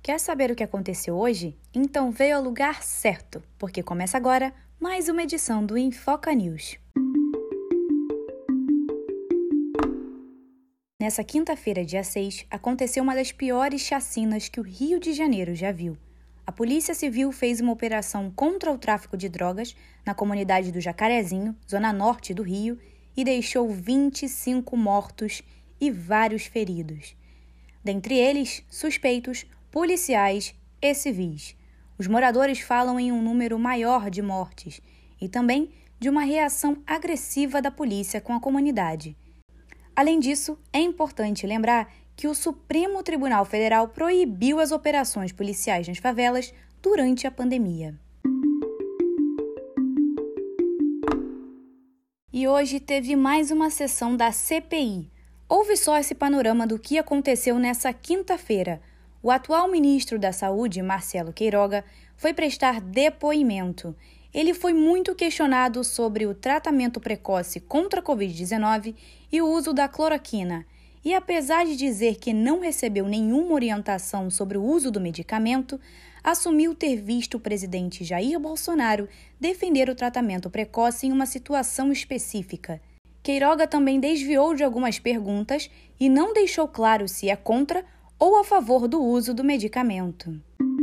Quer saber o que aconteceu hoje? Então veio ao lugar certo, porque começa agora mais uma edição do Infoca News. Nessa quinta-feira, dia 6, aconteceu uma das piores chacinas que o Rio de Janeiro já viu. A Polícia Civil fez uma operação contra o tráfico de drogas na comunidade do Jacarezinho, zona norte do Rio, e deixou 25 mortos e vários feridos. Dentre eles, suspeitos, policiais e civis. Os moradores falam em um número maior de mortes e também de uma reação agressiva da polícia com a comunidade. Além disso, é importante lembrar que o Supremo Tribunal Federal proibiu as operações policiais nas favelas durante a pandemia. E hoje teve mais uma sessão da CPI. Ouve só esse panorama do que aconteceu nessa quinta-feira. O atual ministro da Saúde, Marcelo Queiroga, foi prestar depoimento. Ele foi muito questionado sobre o tratamento precoce contra a Covid-19 e o uso da cloroquina. E apesar de dizer que não recebeu nenhuma orientação sobre o uso do medicamento, assumiu ter visto o presidente Jair Bolsonaro defender o tratamento precoce em uma situação específica. Queiroga também desviou de algumas perguntas e não deixou claro se é contra ou a favor do uso do medicamento.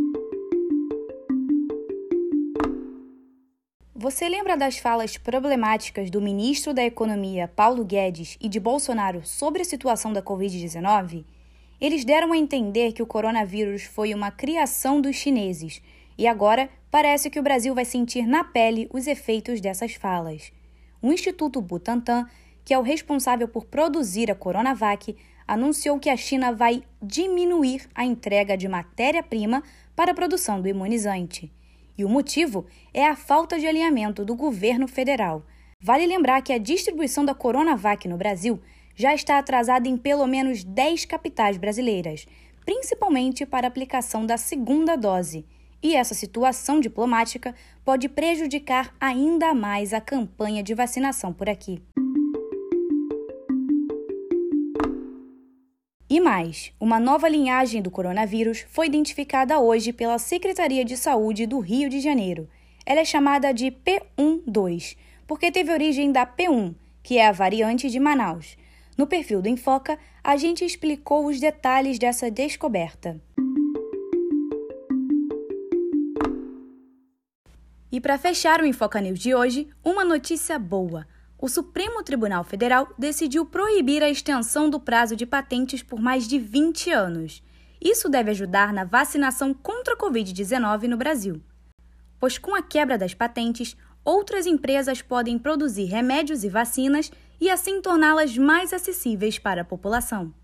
Você lembra das falas problemáticas do ministro da Economia, Paulo Guedes, e de Bolsonaro sobre a situação da Covid-19? Eles deram a entender que o coronavírus foi uma criação dos chineses, e agora parece que o Brasil vai sentir na pele os efeitos dessas falas. O Instituto Butantan, que é o responsável por produzir a Coronavac, anunciou que a China vai diminuir a entrega de matéria-prima para a produção do imunizante. E o motivo é a falta de alinhamento do governo federal. Vale lembrar que a distribuição da Coronavac no Brasil já está atrasada em pelo menos 10 capitais brasileiras, principalmente para a aplicação da segunda dose. E essa situação diplomática pode prejudicar ainda mais a campanha de vacinação por aqui. E mais, uma nova linhagem do coronavírus foi identificada hoje pela Secretaria de Saúde do Rio de Janeiro. Ela é chamada de P12, porque teve origem da P1, que é a variante de Manaus. No perfil do Infoca, a gente explicou os detalhes dessa descoberta. E para fechar o Infoca News de hoje, uma notícia boa. O Supremo Tribunal Federal decidiu proibir a extensão do prazo de patentes por mais de 20 anos. Isso deve ajudar na vacinação contra a Covid-19 no Brasil, pois com a quebra das patentes, outras empresas podem produzir remédios e vacinas e assim torná-las mais acessíveis para a população.